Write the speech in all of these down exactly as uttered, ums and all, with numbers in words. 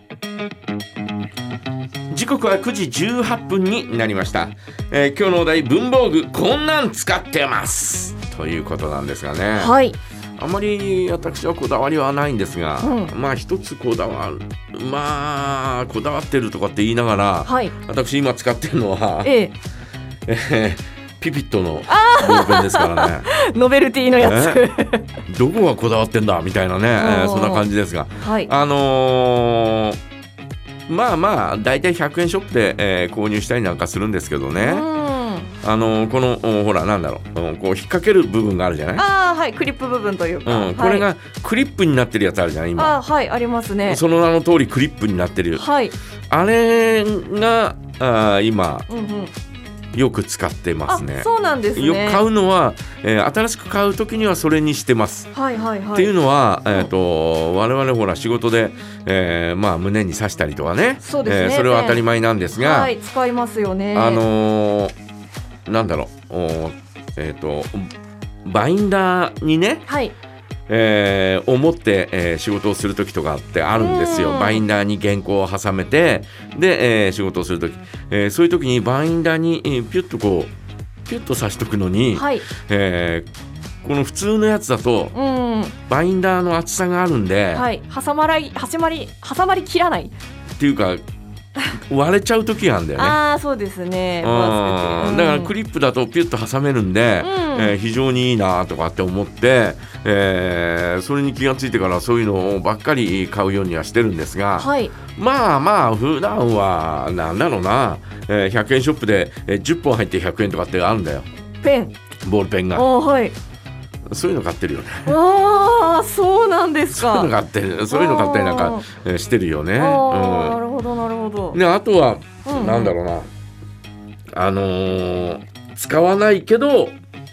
時刻はくじじゅうはっぷんになりました、えー、今日のお題文房具こんなん使ってますということなんですがね、 はい、 あまり私はこだわりはないんですが、 うん、 まあ一つこだわるまあこだわってるとかって言いながら、 はい、 私今使ってるのは、 えええーピピットのボールペンですからねノベルティのやつどこがこだわってんだみたいなね、えー、そんな感じですが、 はい、 あのー、まあまあだいたいひゃくえんショップで、えー、購入したりなんかするんですけどね、 うんあのー、このほらなんだろう、こう引っ掛ける部分があるじゃない。 あ、はい、クリップ部分というか、 うん、これがクリップになってるやつあるじゃない今。 あ、はい、ありますね。 その名の通りクリップになってる、 はい、 あれがあ今、 うんうん、 よく使ってますね。 あ、そうなんですね。 よく買うのは、えー、新しく買うときにはそれにしてます、 はいはいはい、 っていうのは、えーと、我々ほら仕事で、えーまあ、胸に刺したりとかね、 そうですね、 えー、それは当たり前なんですが、 はい、使いますよね。 あのー、なんだろう、えーと、バインダーにね、 はい、 えー、を持って、えー、仕事をするときとかってあるんですよ。バインダーに原稿を挟めてで、えー、仕事をするとき、えー、そういうときにバインダーに、えー、ピュッとこうピュッと刺しとくのに、 はい、 えー、この普通のやつだと、うん、バインダーの厚さがあるんで、 はい、挟まり挟まり挟まりきらないっていうか割れちゃう時があるんだよね。 ああ、そうですね、 うん、だからクリップだとピュッと挟めるんで、うん、えー、非常にいいなとかって思って、えー、それに気がついてからそういうのばっかり買うようにはしてるんですが、 はい、まあまあ普段はなんだろうな、えー、ひゃくえんショップでじゅっぽん入ってひゃくえんとかってあるんだよ、 ペンボールペンが。 はい、 そういうの買ってるよね。 ああ、そうなんですか。 そういうの買ってる、そういうの買ったりなんかしてるよね。 あ、 うん、 なるほどなるほど。 であとは、 うんうん、 なんだろうな、あのー、使わないけど、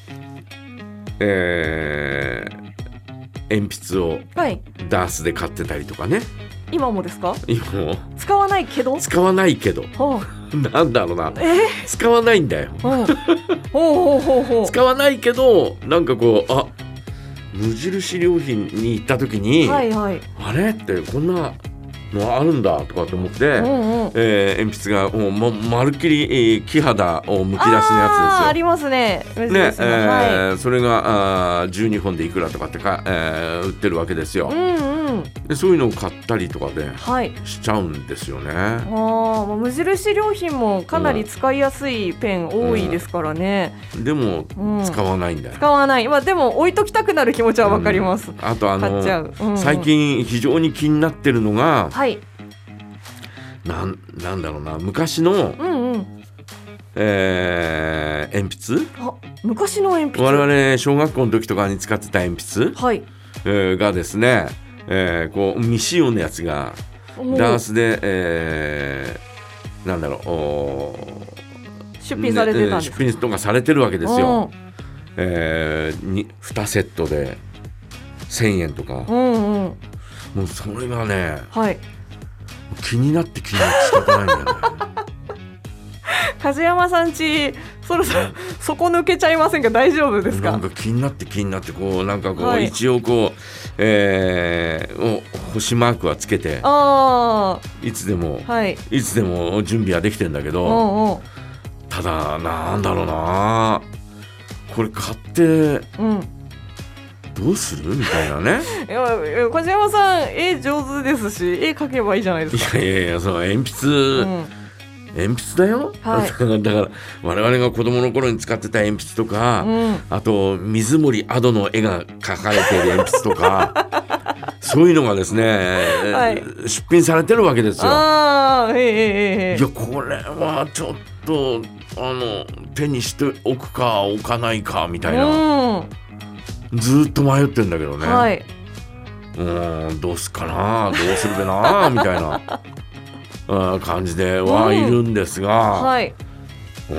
えー、鉛筆をダースで買ってたりとかね、はい、 今もですか。 今も使わないけど使わないけど、はあ、なんだろうな、えー、使わないんだよ、はあ、ほうほうほうほう使わないけどなんかこう、あ、無印良品に行った時に、はいはい、あれってこんなのあるんだとかって思って、うんうん、えー、鉛筆がもう、ま、まるっきり、えー、木肌をむき出しのやつですよ。 あ, ありますね。ね、えーはい、それがあじゅうにほんでいくらとかってか、えー、売ってるわけですよ、うんうん、でそういうのを買ったりとかで、はい、しちゃうんですよね。 あ、無印良品もかなり使いやすいペン多いですからね、 うん、でも、うん、使わないんだよ。 使わない、まあ、でも置いときたくなる気持ちは分かります、うん、 あとあの、 うんうん、 最近非常に気になってるのが、 はい、 な, なんだろうな、昔の、うんうん、えー、鉛筆、 あ、昔の鉛筆、 我々小学校の時とかに使ってた鉛筆、はい、えー、がですね、えー、こう未使用のやつがダースで、えー、なんだろう、 出品されてたんです、 ね、出品とかされてるわけですよ、えー、ににセットでせんえんとか、うんうん、もうそれがね、はい、気になって気になって仕方ないんだよね梶山さんちそろそろ底抜けちゃいませんか。大丈夫ですか。 なんか気になって気になってこうなんかこう、はい、一応こう、えー、星マークはつけて、あ、いつでも、はい、いつでも準備はできてんだけど、おうおう、ただなんだろうな、これ買って、うん、どうするみたいなね。 いや、梶山さん絵上手ですし絵描けばいいじゃないですか。 いやいやいや、その鉛筆、うん、鉛筆だよ、はい、だから我々が子供の頃に使ってた鉛筆とか、うん、あと水森アドの絵が描かれている鉛筆とかそういうのがですね、はい、出品されてるわけですよ。あ、えーえー、いやこれはちょっとあの手にしておくか置かないかみたいな、うん、ずっと迷ってんだけどね、はい、うーん、どうすっかな、どうするべなみたいな感じではいるんですが、うん、はい、うん、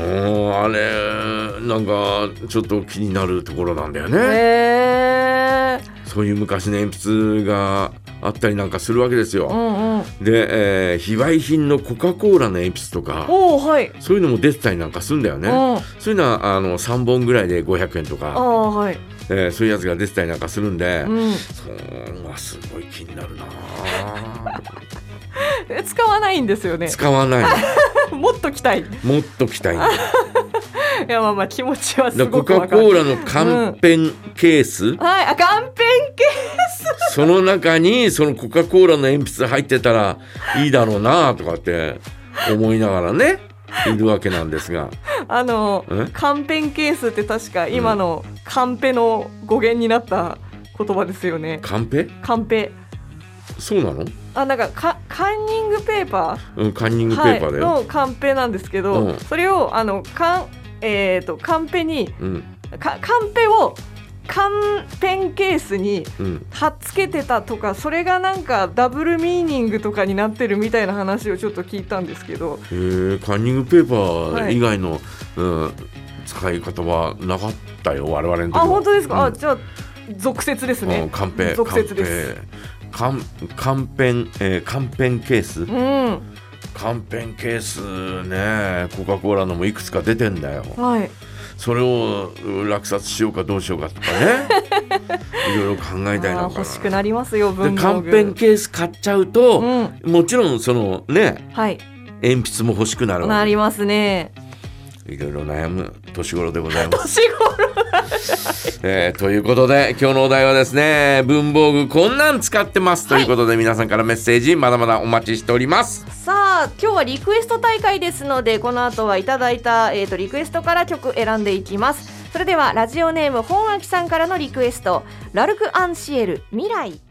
あれなんかちょっと気になるところなんだよね。へー、そういう昔の鉛筆があったりなんかするわけですよ、うんうん、で、えー、非売品のコカ・コーラの鉛筆とか、はい、そういうのも出てたりなんかするんだよね、うん、そういうのはあのさんぼんぐらいでごひゃくえんとか、はい、えー、そういうやつが出てたりなんかするんで、うん、それはすごい気になるな使わないんですよね。 使わないもっと着たい。 もっと着たいんだ。 いやまあまあ気持ちはすだコごくわかる。 カ・コーラの缶ペンケース、 うん、はい、あ、缶ペンケース。 その中にそのコカ・コーラの鉛筆入ってたらいいだろうなとかって思いながらねいるわけなんですが、 あのえ缶ペンケースって確か今のカンペの語源になった言葉ですよね。 カンペカンペ。 そうなの？ あ、なんかカカンニングペーパー、 うん、カンニングペーパーだよ、 はい、のカンペなんですけど、 うん、 それをあのカン、えー、とカンペにうんかカンペをカンペンケースにうん、 貼っつけてたとか、それがなんかダブルミーニングとかになってるみたいな話をちょっと聞いたんですけど、 へーカンニングペーパー以外の、はいうん、使い方はなかったよ我々の時は。 あ、本当ですか、 うん、 あ、じゃあ俗説ですね。 カンペ俗説です。 カンカンペン、えー、カンペンケース、 うん、 カンペンケースね、コカ・コーラのもいくつか出てんだよ、 はい、 それを落札しようかどうしようかとかねいろいろ考えたいな。 欲しくなりますよ文で房具。 カンペンケース買っちゃうと、 うん、 もちろんそのね、 はい、 鉛筆も欲しくなるわけ。 なりますね。 いろいろ悩む年頃でございます。 年頃えー、ということで今日のお題はですね、文房具こんなん使ってますということで、はい、皆さんからメッセージまだまだお待ちしております。 さあ今日はリクエスト大会ですので、この後はいただいた、えーと、リクエストから曲選んでいきます。それではラジオネーム本秋さんからのリクエスト、ラルク・アンシエル未来。